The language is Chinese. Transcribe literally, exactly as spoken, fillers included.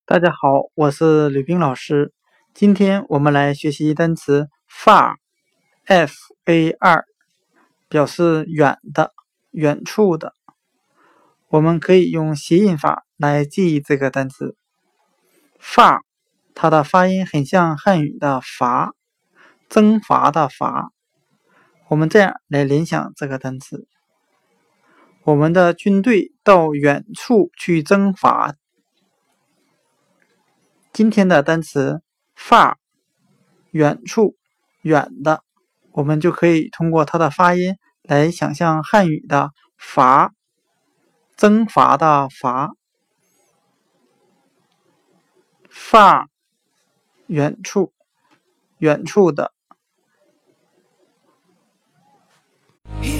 大家好，我是吕冰老师。今天我们来学习单词 far F A R， 表示远的、远处的。我们可以用谐音法来记忆这个单词 far， 它的发音很像汉语的伐，征伐的伐。我们这样来联想这个单词：我们的军队到远处去征伐。今天的单词 far， 远处、远的，我们就可以通过它的发音来想象汉语的伐，征伐的伐。far， 远处、远处的。